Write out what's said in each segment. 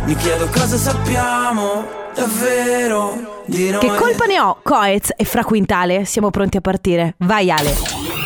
Mi chiedo cosa sappiamo davvero di noi. Che colpa ne ho? Coez e Fra Quintale, siamo pronti a partire. Vai Ale.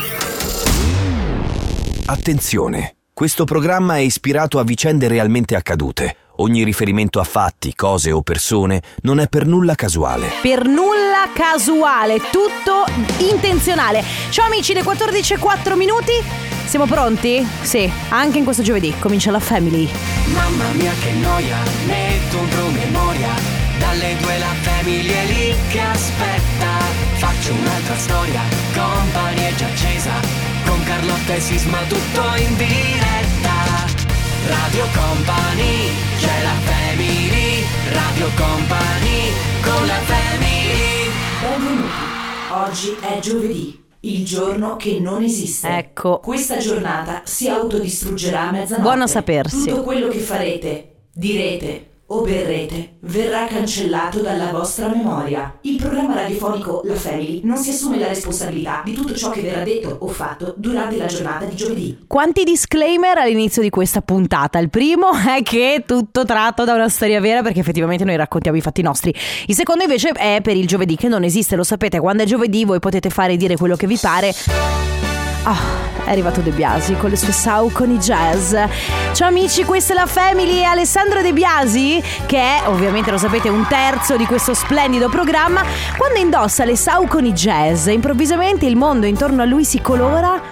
Attenzione, questo programma è ispirato a vicende realmente accadute. Ogni riferimento a fatti, cose o persone non è per nulla casuale. Per nulla casuale, tutto intenzionale. Ciao amici, le 14:04 minuti. Siamo pronti? Sì, anche in questo giovedì comincia la Family. Mamma mia che noia, metto un promemoria. Dalle 2 la Family è lì che aspetta. Faccio un'altra storia, Company è già accesa. Con Carlotta e Sisma tutto in diretta. Radio Company, c'è la Family. Radio Company, con la Family. Benvenuti, oggi è giovedì, il giorno che non esiste. Ecco. Questa giornata si autodistruggerà a mezzanotte. Buono a sapersi. Tutto quello che farete, direte o berrete verrà cancellato dalla vostra memoria. Il programma radiofonico La Family non si assume la responsabilità di tutto ciò che verrà detto o fatto durante la giornata di giovedì. Quanti disclaimer all'inizio di questa puntata. Il primo è che è tutto tratto da una storia vera, perché effettivamente noi raccontiamo i fatti nostri. Il secondo invece è per il giovedì, che non esiste, lo sapete. Quando è giovedì voi potete fare e dire quello che vi pare. È arrivato De Biasi con le sue Saucony Jazz. Ciao amici, questa è la Family e Alessandro De Biasi, che è, ovviamente lo sapete, un terzo di questo splendido programma. Quando indossa le Saucony Jazz, improvvisamente il mondo intorno a lui si colora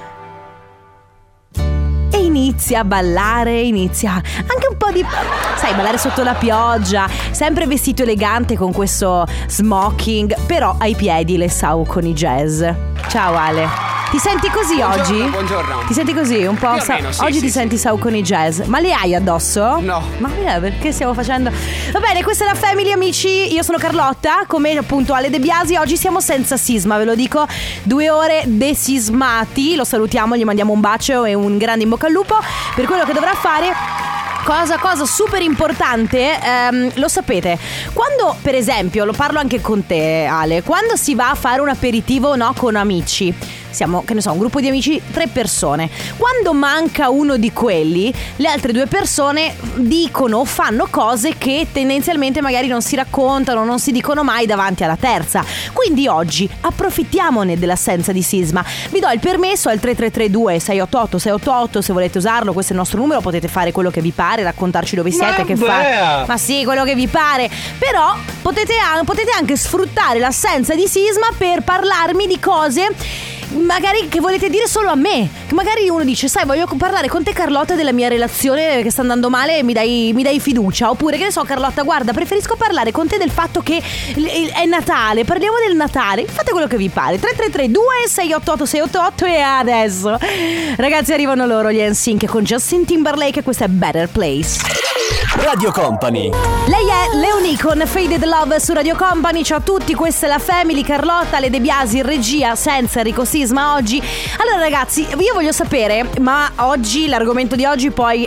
e inizia a ballare, inizia anche un po' di, sai, ballare sotto la pioggia, sempre vestito elegante con questo smoking, però ai piedi le Saucony Jazz. Ciao Ale. Ti senti così buongiorno, oggi? Buongiorno. Ti senti così? Un po' Meno, sì, oggi sì, ti senti Saucony Jazz. Ma le hai addosso? No. Ma perché stiamo facendo? Va bene, questa è la Family amici. Io sono Carlotta, come appunto Ale De Biasi. Oggi siamo senza Sisma, ve lo dico. 2 ore desismati. Lo salutiamo, gli mandiamo un bacio e un grande in bocca al lupo per quello che dovrà fare. Cosa super importante, lo sapete, quando per esempio, lo parlo anche con te Ale, quando si va a fare un aperitivo, no, con amici, siamo, che ne so, un gruppo di amici, 3 persone, quando manca uno di quelli, le altre 2 persone dicono o fanno cose che tendenzialmente magari non si raccontano, non si dicono mai davanti alla terza. Quindi oggi approfittiamone dell'assenza di Sisma. Vi do il permesso al 3332 688 688, se volete usarlo, questo è il nostro numero, potete fare quello che vi pare, raccontarci dove siete, che fate. Ma sì, quello che vi pare. Però potete anche sfruttare l'assenza di Sisma per parlarmi di cose magari che volete dire solo a me. Che magari uno dice, sai, voglio parlare con te Carlotta della mia relazione che sta andando male e mi dai fiducia. Oppure, che ne so, Carlotta, guarda, preferisco parlare con te del fatto che è Natale, parliamo del Natale. Fate quello che vi pare. 3332 688 688. E adesso, ragazzi, arrivano loro, gli NSYNC con Justin Timberlake, e questa è Better Place. Radio Company. Lei è Leonie con Faded Love su Radio Company. Ciao a tutti, questa è la Family. Carlotta, Le De Biasi in regia, senza Enrico Sisma oggi. Allora ragazzi, io voglio sapere, ma oggi, l'argomento di oggi, poi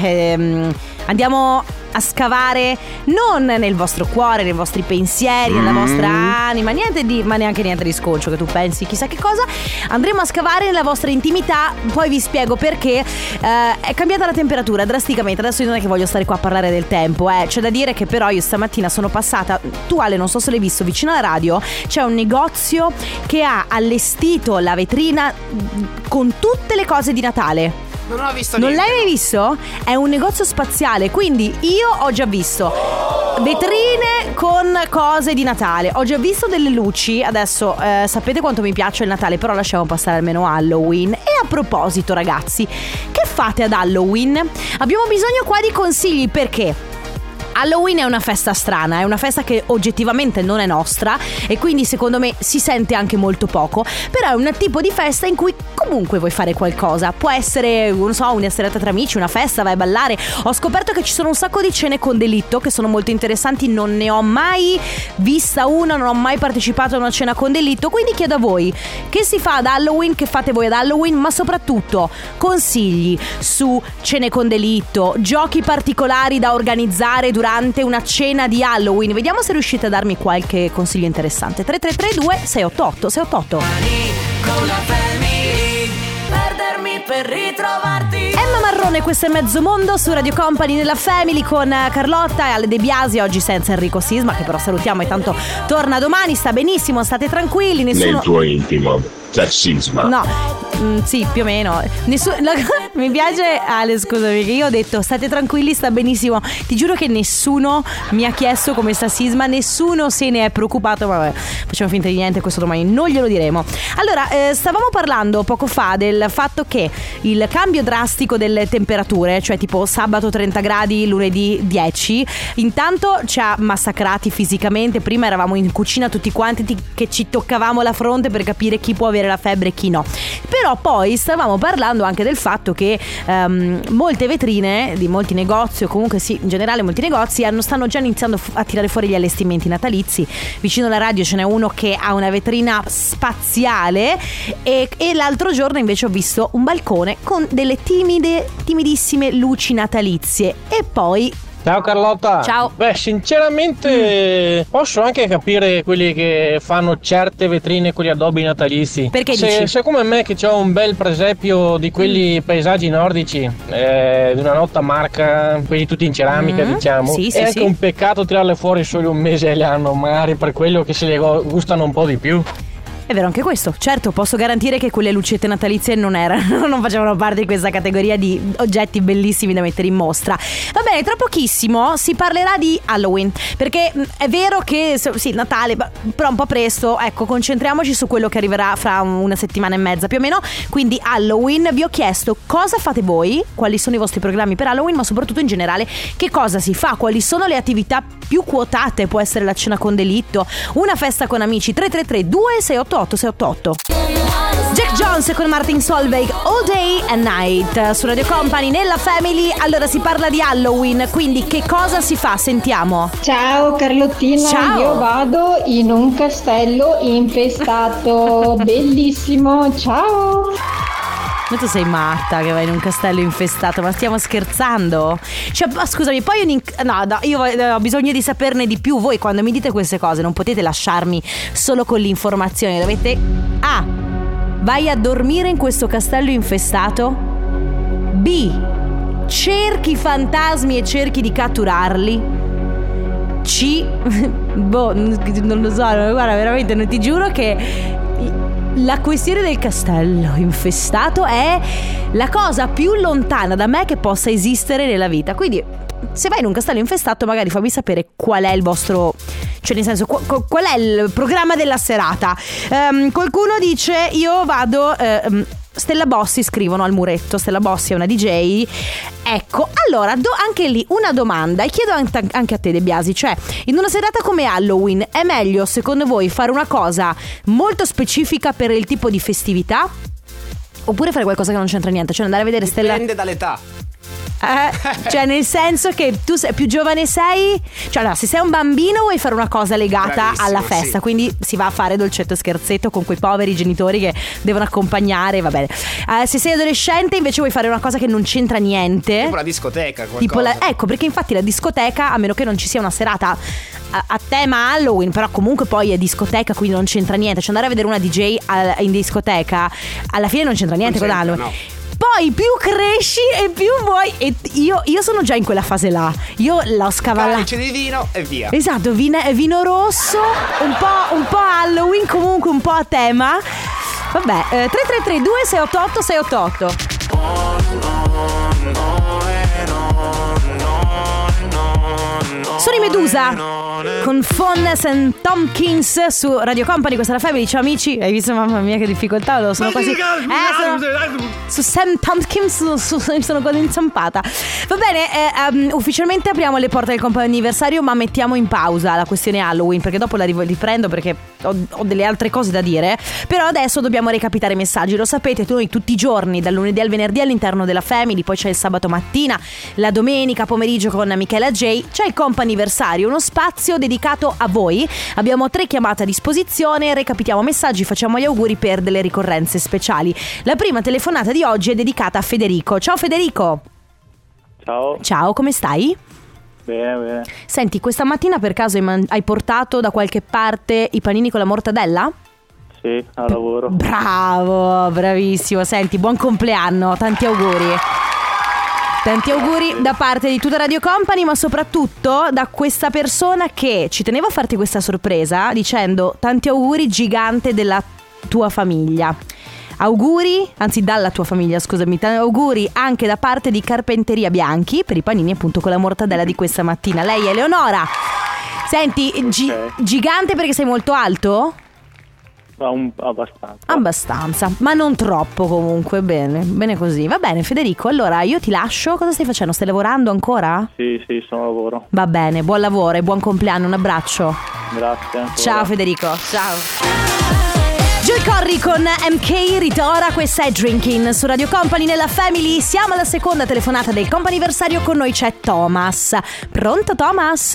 andiamo a scavare non nel vostro cuore, nei vostri pensieri, nella vostra anima, ma neanche niente di sconcio che tu pensi chissà che cosa. Andremo a scavare nella vostra intimità. Poi vi spiego perché è cambiata la temperatura drasticamente. Adesso io non è che voglio stare qua a parlare del tempo, C'è da dire che però io stamattina sono passata, tu Ale non so se l'hai visto, vicino alla radio c'è un negozio che ha allestito la vetrina con tutte le cose di Natale. Non ho visto niente. Non l'hai mai no. visto? È un negozio spaziale, quindi io ho già visto vetrine con cose di Natale, ho già visto delle luci. Adesso sapete quanto mi piace il Natale, però lasciamo passare almeno Halloween. E a proposito ragazzi, che fate ad Halloween? Abbiamo bisogno qua di consigli, perché Halloween è una festa strana, è una festa che oggettivamente non è nostra e quindi secondo me si sente anche molto poco. Però è un tipo di festa in cui comunque vuoi fare qualcosa. Può essere, non so, una serata tra amici, una festa, vai a ballare. Ho scoperto che ci sono un sacco di cene con delitto che sono molto interessanti. Non ne ho mai vista una, non ho mai partecipato a una cena con delitto. Quindi chiedo a voi, che si fa ad Halloween, che fate voi ad Halloween, ma soprattutto consigli su cene con delitto, giochi particolari da organizzare durante una cena di Halloween. Vediamo se riuscite a darmi qualche consiglio interessante. 3332 688 688. Con la Family, perdermi per ritrovarti. Emma Marrone, questo è Mezzo Mondo su Radio Company nella Family con Carlotta e Ale De Biasi, oggi senza Enrico Sisma, che però salutiamo e tanto torna domani, sta benissimo, state tranquilli, nessuno... Nel tuo intimo c'è Sisma. No, sì, più o meno. Mi piace, Ale, scusami, che io ho detto state tranquilli, sta benissimo. Ti giuro che nessuno mi ha chiesto come sta Sisma, nessuno se ne è preoccupato. Ma vabbè, facciamo finta di niente, questo domani non glielo diremo. Allora, stavamo parlando poco fa del fatto che il cambio drastico delle temperature, cioè tipo sabato 30 gradi, lunedì 10, intanto ci ha massacrati fisicamente. Prima eravamo in cucina tutti quanti che ci toccavamo la fronte per capire chi può avere la febbre e chi no. Però poi stavamo parlando anche del fatto che molte vetrine di molti negozi, o comunque sì, in generale molti negozi stanno già iniziando a tirare fuori gli allestimenti natalizi. Vicino alla radio ce n'è uno che ha una vetrina spaziale e l'altro giorno invece ho visto un balcone con delle timidissime luci natalizie. E poi ciao Carlotta. Ciao. Beh, sinceramente posso anche capire quelli che fanno certe vetrine con gli addobbi natalizi. Perché dici? Se come me che ho un bel presepio di quelli paesaggi nordici, di una nota marca, quelli tutti in ceramica, diciamo. Sì, è anche un peccato tirarle fuori solo un mese all'anno, magari per quello che se le gustano un po' di più. È vero anche questo, certo, posso garantire che quelle lucette natalizie non facevano parte di questa categoria di oggetti bellissimi da mettere in mostra. Va bene, tra pochissimo si parlerà di Halloween, perché è vero che sì, Natale, però un po' presto, ecco, concentriamoci su quello che arriverà fra una settimana e mezza più o meno. Quindi Halloween, vi ho chiesto cosa fate voi, quali sono i vostri programmi per Halloween, ma soprattutto in generale che cosa si fa, quali sono le attività più quotate. Può essere la cena con delitto, una festa con amici. 333 2688 688. Jack Jones con Martin Solveig, All Day and Night su Radio Company nella Family. Allora si parla di Halloween, quindi che cosa si fa? Sentiamo. Ciao Carlottina. Ciao. Io vado in un castello infestato. Bellissimo, ciao. Ma tu sei matta che vai in un castello infestato, ma stiamo scherzando? Cioè, scusami, poi io ho bisogno di saperne di più. Voi quando mi dite queste cose non potete lasciarmi solo con l'informazione, dovete A. Vai a dormire in questo castello infestato. B. Cerchi fantasmi e cerchi di catturarli. C. Non lo so, guarda, veramente non ti giuro che la questione del castello infestato è la cosa più lontana da me che possa esistere nella vita. Quindi se vai in un castello infestato magari fammi sapere qual è il vostro, cioè nel senso qual è il programma della serata. Qualcuno dice io vado Stella Bossi, scrivono al muretto. Stella Bossi è una DJ. Ecco, allora anche lì una domanda, e chiedo anche a te De Biasi, cioè in una serata come Halloween è meglio secondo voi fare una cosa molto specifica per il tipo di festività oppure fare qualcosa che non c'entra niente, cioè andare a vedere Stella? Dipende dall'età. Cioè nel senso che tu sei più giovane, sei, cioè allora, se sei un bambino vuoi fare una cosa legata alla festa, sì. Quindi si va a fare dolcetto e scherzetto con quei poveri genitori che devono accompagnare, va bene. Se sei adolescente invece vuoi fare una cosa che non c'entra niente, tipo la discoteca, qualcosa. Ecco, perché infatti la discoteca, a meno che non ci sia una serata a tema Halloween, però comunque poi è discoteca, quindi non c'entra niente. Cioè andare a vedere una DJ in discoteca alla fine non c'entra niente con Halloween, no. Poi più cresci e più vuoi. E io sono già in quella fase là. Io l'ho scavallata. Calice di vino e via. Esatto, vino rosso, un po' Halloween, comunque un po' a tema. Vabbè, 333 2688 688. Sono i Medusa con Fonnes and Tompkins su Radio Company, questa è la Family. Ciao amici, hai visto mamma mia che difficoltà, sono quasi su Sam Tompkins sono quasi inzampata. Va bene, ufficialmente apriamo le porte del compleanno anniversario, ma mettiamo in pausa la questione Halloween perché dopo la riprendo perché ho delle altre cose da dire. Però adesso dobbiamo recapitare i messaggi. Lo sapete, noi tutti i giorni dal lunedì al venerdì all'interno della Family, poi c'è il sabato mattina, la domenica pomeriggio con Michela J, c'è il comp'anniversario, uno spazio dedicato a voi. Abbiamo 3 chiamate a disposizione, recapitiamo messaggi, facciamo gli auguri per delle ricorrenze speciali. La prima telefonata di oggi è dedicata a Federico. Ciao Federico. Ciao, come stai? Bene. Senti, questa mattina per caso hai portato da qualche parte i panini con la mortadella? Sì, a lavoro. Bravo, bravissimo. Senti, buon compleanno, tanti auguri. Tanti auguri da parte di tutta Radio Company, ma soprattutto da questa persona che ci teneva a farti questa sorpresa dicendo tanti auguri, gigante della tua famiglia. Auguri, anzi dalla tua famiglia, scusami, auguri anche da parte di Carpenteria Bianchi per i panini appunto con la mortadella di questa mattina. Lei è Eleonora. Senti, gigante perché sei molto alto? Abbastanza, ma non troppo comunque. Bene così. Va bene Federico, allora io ti lascio. Cosa stai facendo? Stai lavorando ancora? Sì, sono a lavoro. Va bene, buon lavoro e buon compleanno, un abbraccio. Grazie ancora. Ciao Federico, ciao. Joy Corry con MK ritora, questa è Drinking su Radio Company nella Family. Siamo alla seconda telefonata del comp'anniversario, con noi c'è Thomas. Pronto Thomas?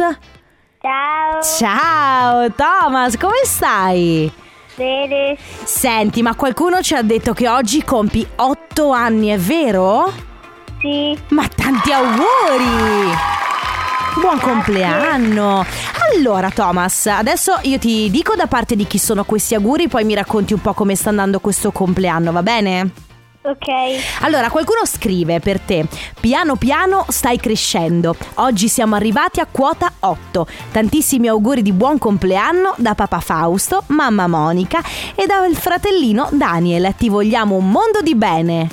Ciao Thomas, come stai? Bene. Senti, ma qualcuno ci ha detto che oggi compi 8 anni, è vero? Sì. Ma tanti auguri! Buon compleanno! Allora Thomas, adesso io ti dico da parte di chi sono questi auguri, poi mi racconti un po' come sta andando questo compleanno, va bene? Ok. Allora, qualcuno scrive per te: piano piano stai crescendo. Oggi siamo arrivati a quota 8. Tantissimi auguri di buon compleanno da papà Fausto, mamma Monica e dal fratellino Daniel. Ti vogliamo un mondo di bene.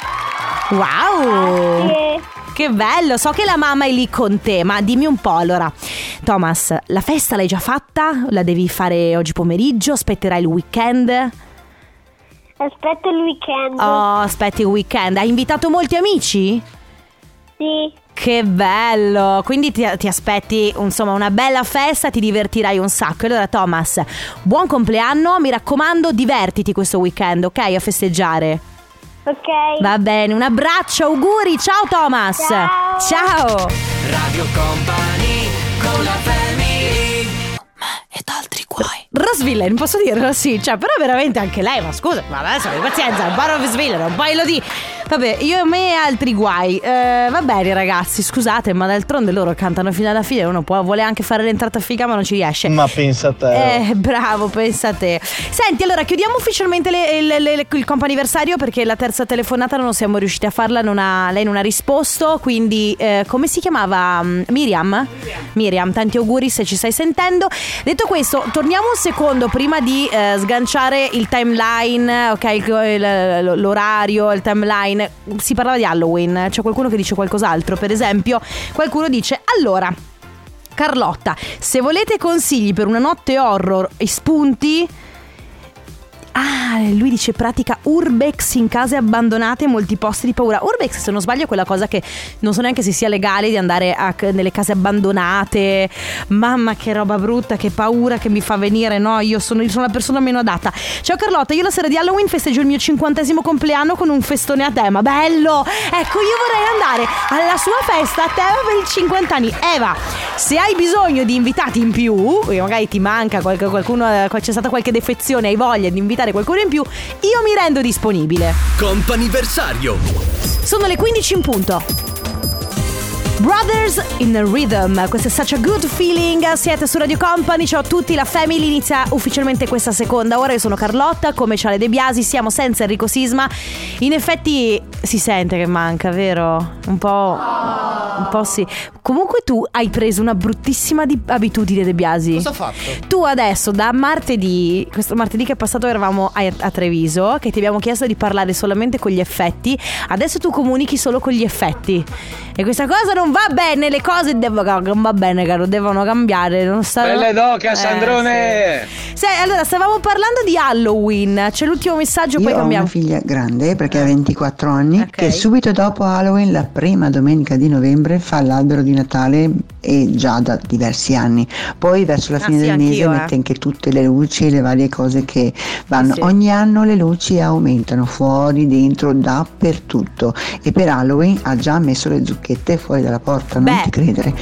Wow! Grazie. Che bello, so che la mamma è lì con te, ma dimmi un po' allora. Thomas, la festa l'hai già fatta? La devi fare oggi pomeriggio? Aspetterai il weekend? Aspetto il weekend. Oh, aspetti il weekend. Hai invitato molti amici? Sì. Che bello. Quindi ti aspetti insomma una bella festa, ti divertirai un sacco. Allora Thomas, buon compleanno. Mi raccomando, divertiti questo weekend, ok? A festeggiare. Ok. Va bene, un abbraccio, auguri. Ciao Thomas. Ciao. Radio Company con la Family. Ed altri guai. Rosville, posso dirlo? Sì, cioè, però veramente anche lei, ma scusa, ma adesso pazienza, un po' Rosville, un po' Elodie. Vabbè, io e me altri guai. Va bene ragazzi, scusate, ma d'altronde loro cantano fino alla fine. Uno vuole anche fare l'entrata figa ma non ci riesce. Ma pensa a te. Bravo, pensa a te. Senti, allora chiudiamo ufficialmente il comp'anniversario, perché la terza telefonata non siamo riusciti a farla, lei non ha risposto. Quindi come si chiamava? Miriam, tanti auguri se ci stai sentendo. Detto questo, torniamo un secondo prima di sganciare il timeline, ok, l'orario, il timeline. Si parlava di Halloween, c'è qualcuno che dice qualcos'altro. Per esempio, qualcuno dice: allora, Carlotta, se volete consigli per una notte horror e spunti, lui dice pratica Urbex in case abbandonate e molti posti di paura. Urbex, se non sbaglio, è quella cosa che non so neanche se sia legale, di andare nelle case abbandonate. Mamma, che roba brutta, che paura che mi fa venire. No, io sono la persona meno adatta. Ciao Carlotta, io la sera di Halloween festeggio il mio 50° compleanno con un festone a tema. Bello! Ecco, io vorrei andare alla sua festa a tema per i 50 anni. Eva, se hai bisogno di invitati in più, magari ti manca qualcuno, c'è stata qualche defezione, hai voglia di invitare qualcuno in più, io mi rendo disponibile. Comp'anniversario. Sono le 15 in punto. Brothers in the Rhythm, questo è Such a Good Feeling. Siete su Radio Company, ciao a tutti, la Family inizia ufficialmente questa seconda ora. Io sono Carlotta, come c'ha le De Biasi, siamo senza Enrico Sisma. In effetti si sente che manca, vero? Un po' sì. Comunque tu hai preso una bruttissima abitudine, De Biasi. Cosa ho fatto? Tu adesso da martedì, questo martedì che è passato eravamo a Treviso, che ti abbiamo chiesto di parlare solamente con gli effetti. Adesso tu comunichi solo con gli effetti. E questa cosa non va bene, le cose non va bene, caro, devono cambiare. Belle doca, Sandrone! Sì. Allora, stavamo parlando di Halloween. C'è l'ultimo messaggio, poi cambiamo. Io ho una figlia grande, perché ha 24 anni, che subito dopo Halloween, la prima domenica di novembre, fa l'albero di Natale, e già da diversi anni. Poi verso la fine del mese mette anche tutte le luci e le varie cose che vanno. Sì. Ogni anno le luci aumentano, fuori, dentro, dappertutto. E per Halloween ha già messo le zucchette fuori dalla porta, non ti credere.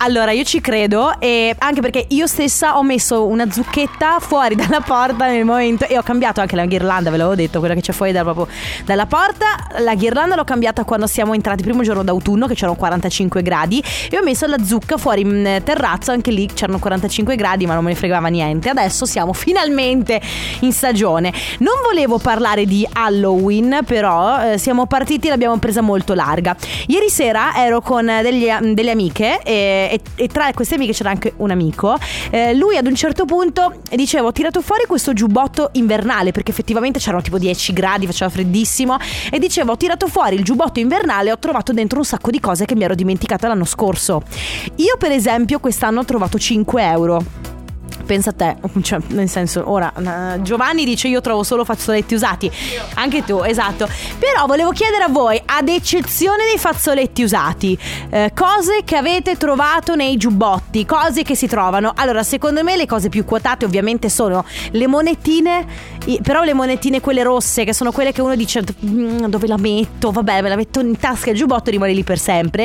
allora io ci credo, e anche perché io stessa ho messo una zucchetta fuori dalla porta nel momento, e ho cambiato anche la ghirlanda, ve l'avevo detto, quella che c'è fuori proprio dalla porta. La ghirlanda l'ho cambiata quando siamo entrati il primo giorno d'autunno, che c'erano 45 gradi, e ho messo la zucca fuori in terrazzo, anche lì c'erano 45 gradi, ma non me ne fregava niente. Adesso siamo finalmente in stagione. Non volevo parlare di Halloween, però siamo partiti e l'abbiamo presa molto larga. Ieri sera ero con delle amiche e tra queste amiche c'era anche un amico. Lui ad un certo punto diceva: ho tirato fuori questo giubbotto invernale, perché effettivamente c'erano tipo 10 gradi, faceva freddissimo, e diceva: ho tirato fuori il giubbotto invernale e ho trovato dentro un sacco di cose che mi ero dimenticata l'anno scorso. Io per esempio quest'anno ho trovato 5 euro. Pensa a te, cioè, nel senso, ora Giovanni dice: io trovo solo fazzoletti usati. Anche tu, esatto. Però volevo chiedere a voi, ad eccezione dei fazzoletti usati, cose che avete trovato nei giubbotti, cose che si trovano. Allora, secondo me le cose più quotate ovviamente sono le monetine, però le monetine quelle rosse, che sono quelle che uno dice: dove la metto? Vabbè, me la metto in tasca, il giubbotto rimane lì per sempre.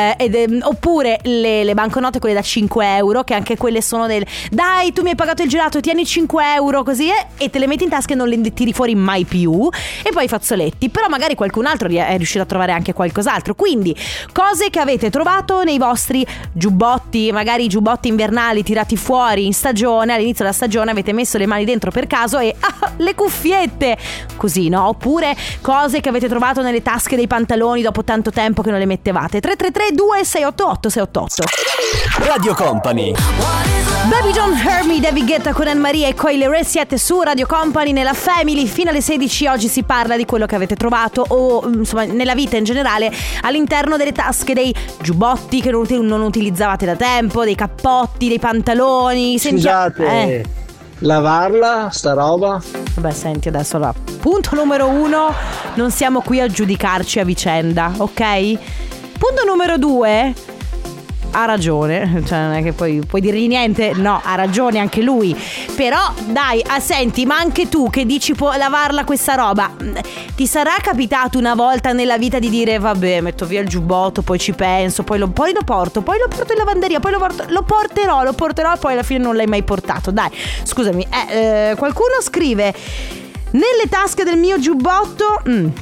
Oppure le banconote, quelle da 5 euro, che anche quelle sono dai, tu mi hai pagato il gelato, tieni 5 euro così, e te le metti in tasca e non le tiri fuori mai più. E poi i fazzoletti, però magari qualcun altro è riuscito a trovare anche qualcos'altro. Quindi cose che avete trovato nei vostri giubbotti, magari i giubbotti invernali tirati fuori in stagione, all'inizio della stagione avete messo le mani dentro per caso e le cuffiette, così, no? Oppure cose che avete trovato nelle tasche dei pantaloni dopo tanto tempo che non le mettevate. 333 2688 688. Radio Company. Baby Don't Hurt Me, David Guetta con Anne-Maria e Coyle Ray. Siete su Radio Company nella Family fino alle 16. Oggi si parla di quello che avete trovato, o insomma nella vita in generale, all'interno delle tasche dei giubbotti che non utilizzavate da tempo, dei cappotti, dei pantaloni. Scusate, lavarla sta roba? Vabbè, senti, adesso allora, punto numero 1, non siamo qui a giudicarci a vicenda, ok? Punto numero 2, ha ragione, cioè non è che puoi dirgli niente, no, ha ragione anche lui. Però dai, senti, ma anche tu che dici può lavarla questa roba, ti sarà capitato una volta nella vita di dire: vabbè, metto via il giubbotto, poi ci penso, poi lo porto in lavanderia, poi lo porterò e poi alla fine non l'hai mai portato? Dai, scusami, qualcuno scrive: nelle tasche del mio giubbotto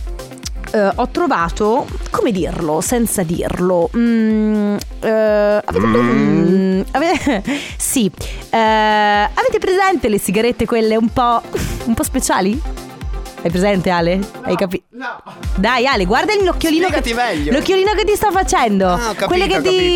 ho trovato, come dirlo senza dirlo, sì, avete presente le sigarette quelle un po' speciali? Hai presente, Ale? Hai capito? No. Dai, Ale, guarda l'occhiolino. Spiegati meglio. L'occhiolino che ti sto facendo. Ah, ho capito, quelle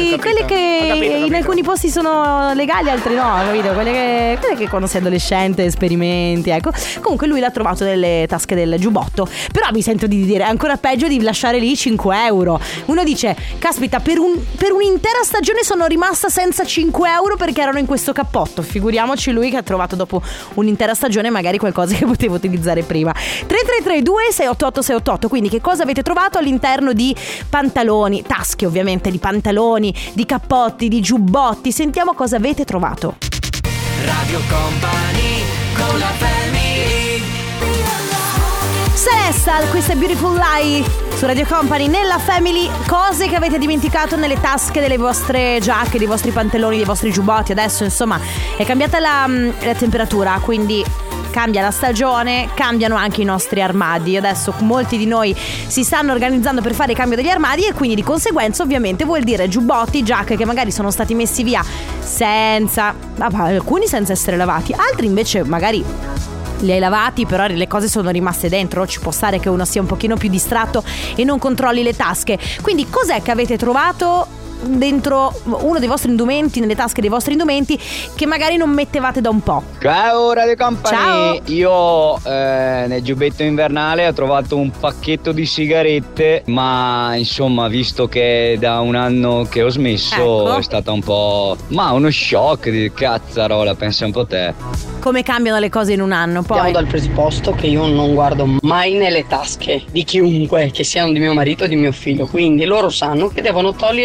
che in alcuni posti sono legali, altri no, capito? Quelle che quando sei adolescente sperimenti, ecco. Comunque lui l'ha trovato nelle tasche del giubbotto. Però mi sento di dire, è ancora peggio di lasciare lì 5 euro. Uno dice: caspita, per un'intera stagione sono rimasta senza 5 euro perché erano in questo cappotto. Figuriamoci lui che ha trovato dopo un'intera stagione magari qualcosa che poteva utilizzare prima. 3332 688 688. Quindi che cosa avete trovato all'interno di pantaloni, tasche ovviamente di pantaloni, di cappotti, di giubbotti? Sentiamo cosa avete trovato. Radio Company con la Family. Celestial, questa è Beautiful Lie su Radio Company nella Family. Cose che avete dimenticato nelle tasche delle vostre giacche, dei vostri pantaloni, dei vostri giubbotti. Adesso insomma è cambiata la temperatura, quindi cambia la stagione, cambiano anche i nostri armadi. Adesso molti di noi si stanno organizzando per fare il cambio degli armadi e quindi di conseguenza ovviamente vuol dire giubbotti, giacche che magari sono stati messi via alcuni senza essere lavati, altri invece magari li hai lavati, però le cose sono rimaste dentro. Ci può stare che uno sia un pochino più distratto e non controlli le tasche. Quindi cos'è che avete trovato dentro uno dei vostri indumenti, nelle tasche dei vostri indumenti, che magari non mettevate da un po'? Ciao Radio Company. Ciao. Io nel giubbetto invernale ho trovato un pacchetto di sigarette, ma insomma visto che è da un anno che ho smesso, ecco, è stata un po' uno shock di cazzarola, pensa un po' te. Come cambiano le cose in un anno. Poi partiamo dal presupposto che io non guardo mai nelle tasche di chiunque, che siano di mio marito o di mio figlio, quindi loro sanno che devono togliere tutto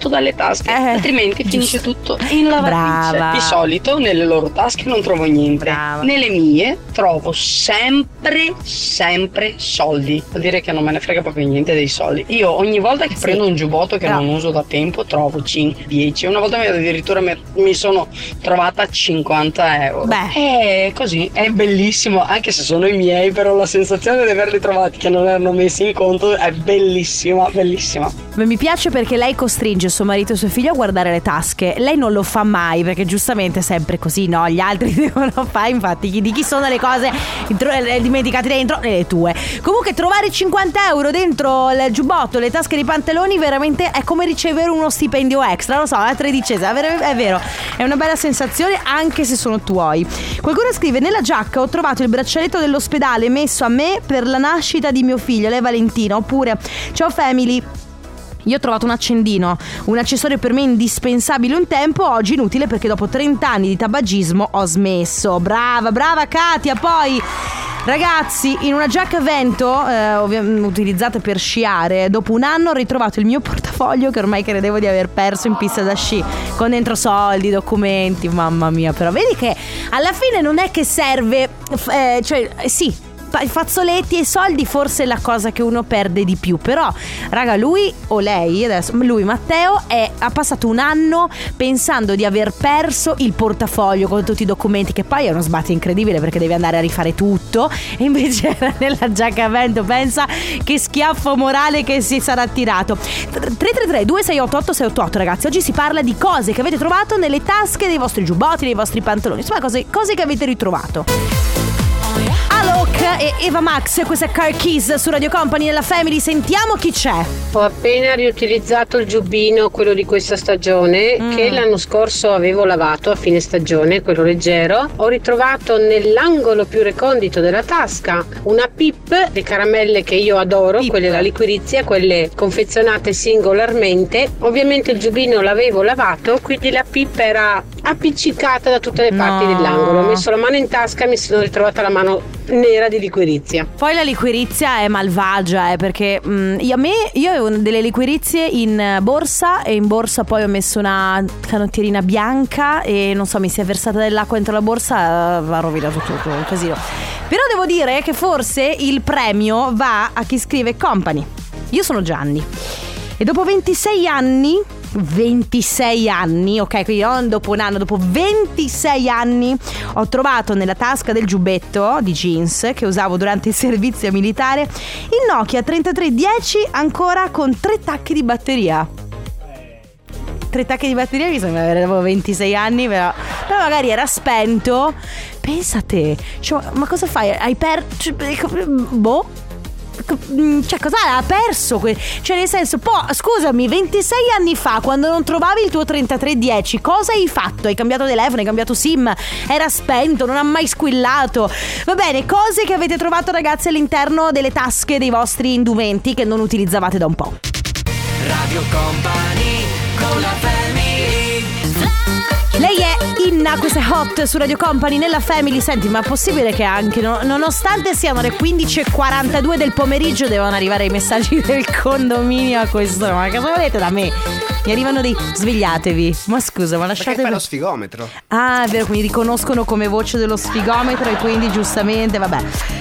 giubbotto dalle tasche, altrimenti finisce tutto in lavatrice. Brava. Di solito nelle loro tasche non trovo niente. Brava. Nelle mie trovo sempre soldi. Vuol dire che non me ne frega proprio niente dei soldi. Io ogni volta che prendo un giubbotto che non uso da tempo trovo 5, 10. Una volta addirittura mi sono trovata 50 euro. Beh, così è bellissimo, anche se sono i miei, però la sensazione di averli trovati che non erano messi in conto è bellissima, bellissima. Beh, mi piace perché lei costringe suo marito e suo figlio a guardare le tasche. Lei non lo fa mai perché giustamente è sempre così, no? Gli altri devono fare, infatti, di chi sono le cose dimenticate dentro? Le tue. Comunque trovare 50 euro dentro il giubbotto, le tasche dei pantaloni, veramente è come ricevere uno stipendio extra, lo so, la tredicesima, è vero, è una bella sensazione anche se sono tuoi. Qualcuno scrive: nella giacca ho trovato il braccialetto dell'ospedale messo a me per la nascita di mio figlio, lei Valentina. Oppure: ciao family, io ho trovato un accendino, un accessorio per me indispensabile un tempo, oggi inutile perché dopo 30 anni di tabagismo ho smesso. Brava Katia. Poi ragazzi, in una giacca a vento utilizzata per sciare, dopo un anno ho ritrovato il mio portafoglio che ormai credevo di aver perso in pista da sci, con dentro soldi, documenti, mamma mia. Però vedi che alla fine non è che serve, sì, i fazzoletti e i soldi forse è la cosa che uno perde di più. Però raga, lui o lei adesso, lui Matteo ha passato un anno pensando di aver perso il portafoglio con tutti i documenti, che poi è uno sbatti incredibile perché devi andare a rifare tutto, e invece era nella giacca a vento. Pensa che schiaffo morale che si sarà tirato. 333 2688 688 ragazzi, oggi si parla di cose che avete trovato nelle tasche dei vostri giubbotti, dei vostri pantaloni, insomma cose che avete ritrovato. Alok e Eva Max, questa è Car Keys su Radio Company nella Family. Sentiamo chi c'è. Ho appena riutilizzato il giubbino, quello di questa stagione, che l'anno scorso avevo lavato a fine stagione, quello leggero. Ho ritrovato nell'angolo più recondito della tasca una pip, le caramelle che io adoro, quelle da liquirizia, quelle confezionate singolarmente. Ovviamente il giubbino l'avevo lavato, quindi la pip era appiccicata da tutte le parti dell'angolo. Ho messo la mano in tasca e mi sono ritrovata la mano nera di liquirizia. Poi la liquirizia è malvagia, perché io avevo delle liquirizie in borsa, e in borsa poi ho messo una canottierina bianca e non so, mi si è versata dell'acqua dentro la borsa, ha rovinato tutto, un casino. Però devo dire che forse il premio va a chi scrive Company. Io sono Gianni e dopo 26 anni, ok, quindi non dopo un anno, dopo 26 anni ho trovato nella tasca del giubbetto di jeans che usavo durante il servizio militare il Nokia 3310 ancora con 3 tacchi di batteria. 3 tacchi di batteria mi sembra avere dopo 26 anni, però magari era spento. Pensa te, cioè, ma cosa fai? Hai perso? Boh. Cioè, cosa ha perso? Cioè, nel senso, scusami, 26 anni fa, quando non trovavi il tuo 3310, cosa hai fatto? Hai cambiato telefono, hai cambiato SIM, era spento, non ha mai squillato. Va bene, cose che avete trovato ragazzi all'interno delle tasche dei vostri indumenti che non utilizzavate da un po'. Radio Company con la Family. Lei è Inna, questa è Hot su Radio Company nella Family. Senti, ma è possibile che anche nonostante siano le 15:42 del pomeriggio devono arrivare i messaggi del condominio a questo? Ma cosa volete da me? Mi arrivano dei svegliatevi. Ma scusa, ma lasciate. Perché fai lo sfigometro? Ah, è vero, quindi riconoscono come voce dello sfigometro e quindi giustamente vabbè,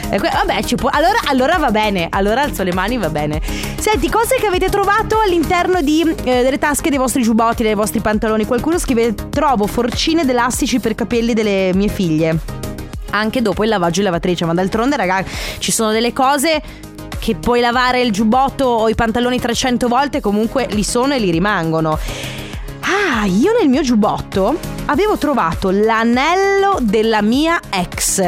allora va bene. Allora alzo le mani, va bene. Senti, cose che avete trovato all'interno delle tasche dei vostri giubbotti, dei vostri pantaloni. Qualcuno scrive: trovo forcine ed elastici per capelli delle mie figlie anche dopo il lavaggio in lavatrice. Ma d'altronde ragazzi, ci sono delle cose che puoi lavare il giubbotto o i pantaloni 300 volte, comunque li sono e li rimangono. Io nel mio giubbotto avevo trovato l'anello della mia ex.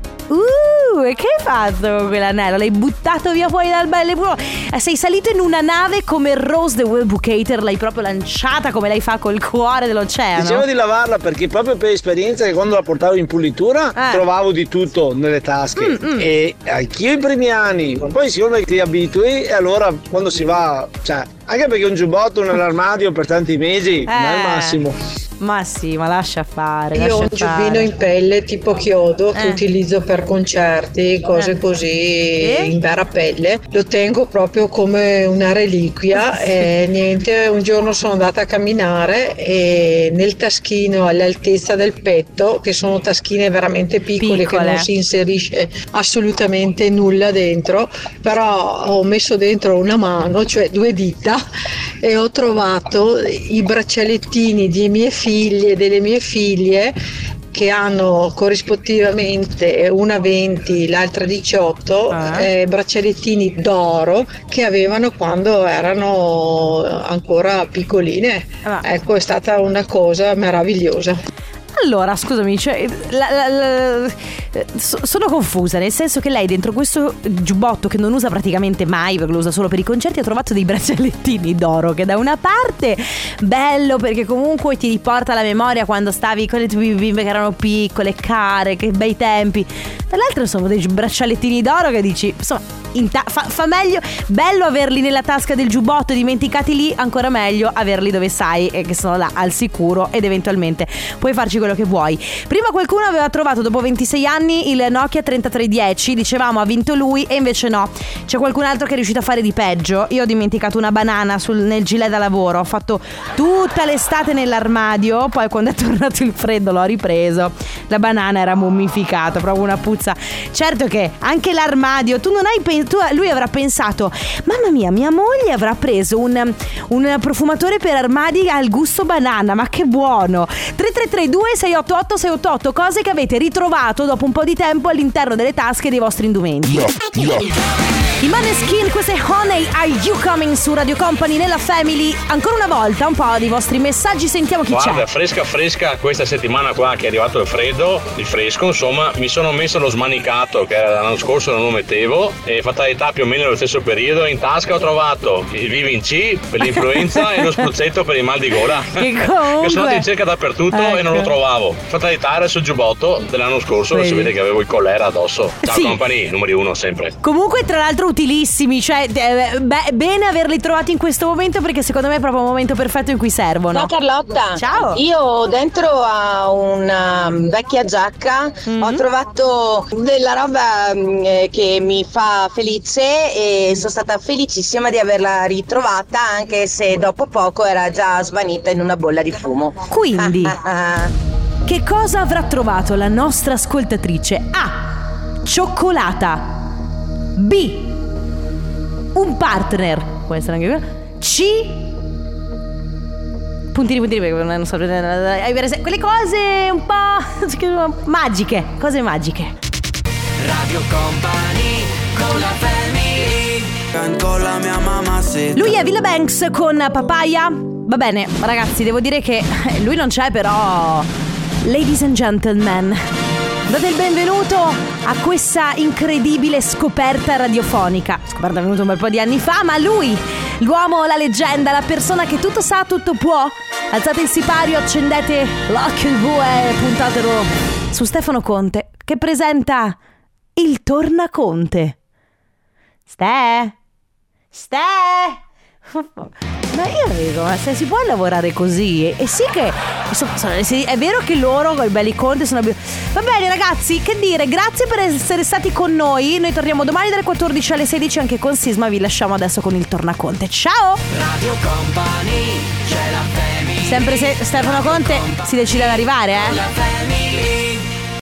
E che hai fatto con quell'anello? L'hai buttato via fuori dal belle puro? Sei salito in una nave come Rose the Wellbookator, l'hai proprio lanciata come lei fa col cuore dell'oceano. Dicevo di lavarla perché proprio per esperienza che quando la portavo in pulitura trovavo di tutto nelle tasche. E anch'io i primi anni, poi siccome ti abitui e allora quando si va, cioè, anche perché un giubbotto nell'armadio per tanti mesi non è il massimo. Ma sì, ma lascia fare. Io ho un giubbino in pelle tipo chiodo che utilizzo per concerti, cose così in vera pelle. Lo tengo proprio come una reliquia e niente, un giorno sono andata a camminare e nel taschino all'altezza del petto, che sono taschine veramente piccole che non si inserisce assolutamente nulla dentro, però ho messo dentro una mano, cioè 2 dita, e ho trovato i braccialettini di mie figlie e delle mie figlie, che hanno corrispettivamente una 20, l'altra 18, braccialettini d'oro che avevano quando erano ancora piccoline. Ecco, è stata una cosa meravigliosa. Allora, scusami, cioè, sono confusa, nel senso che lei dentro questo giubbotto che non usa praticamente mai, perché lo usa solo per i concerti, ha trovato dei braccialettini d'oro, che da una parte bello perché comunque ti riporta alla memoria quando stavi con le tue bimbe che erano piccole, care, che bei tempi. Dall'altro sono dei braccialettini d'oro che dici, insomma, fa meglio, bello averli nella tasca del giubbotto dimenticati lì, ancora meglio averli dove sai e che sono là al sicuro ed eventualmente puoi farci quello che vuoi. Prima qualcuno aveva trovato dopo 26 anni il Nokia 3310, dicevamo ha vinto lui e invece no, c'è qualcun altro che è riuscito a fare di peggio. Io ho dimenticato una banana nel gilet da lavoro, ho fatto tutta l'estate nell'armadio, poi quando è tornato il freddo l'ho ripreso, la banana era mummificata, proprio una puzza. Certo che anche l'armadio, tu non hai lui avrà pensato, mamma mia, mia moglie avrà preso un profumatore per armadi al gusto banana, ma che buono. 3332 688 688, cose che avete ritrovato dopo un po' di tempo all'interno delle tasche dei vostri indumenti. I Maneskin, questo è Honey, Are You Coming su Radio Company nella Family. Ancora una volta un po' di vostri messaggi, sentiamo chi c'è. Fresca questa settimana qua che è arrivato il fresco, insomma, mi sono messo lo smanicato che l'anno scorso non lo mettevo, e fatalità più o meno nello stesso periodo. In tasca ho trovato il Vivin C per l'influenza e lo spruzzetto per il mal di gola, che sono andato in cerca dappertutto e non lo trovavo. Fatalità era sul giubbotto dell'anno scorso, si vede che avevo il collera addosso. Ciao Company, numeri 1 sempre. Comunque tra l'altro utilissimi, cioè bene averli trovati in questo momento, perché secondo me è proprio un momento perfetto in cui servono. Ciao Carlotta. Ciao. Io dentro a una vecchia giacca ho trovato della roba che mi fa felice e sono stata felicissima di averla ritrovata, anche se dopo poco era già svanita in una bolla di fumo. Quindi che cosa avrà trovato la nostra ascoltatrice? A. Cioccolata. B. Un partner. Può essere anche quello. C. Puntini perché non so, quelle cose un po' magiche, cose magiche. Radio Company con la Family. Con la mia mamma se. Lui è Villa Banks con Papaya. Va bene, ragazzi, devo dire che lui non c'è, però ladies and gentlemen, date il benvenuto a questa incredibile scoperta radiofonica. Scoperta venuta un bel po' di anni fa, ma lui, l'uomo, la leggenda, la persona che tutto sa, tutto può. Alzate il sipario, accendete l'occhio il bue e puntatelo su Stefano Conte, che presenta il Tornaconte. Ste? Ma io dico, ma se si può lavorare così? E sì che è vero che loro con i belli conti sono va bene ragazzi, che dire, grazie per essere stati con noi. Noi torniamo domani dalle 14 alle 16 anche con Sisma. Vi lasciamo adesso con il Tornaconte. Ciao. Radio Company, c'è la Family. Sempre se Stefano Conte si decide ad arrivare,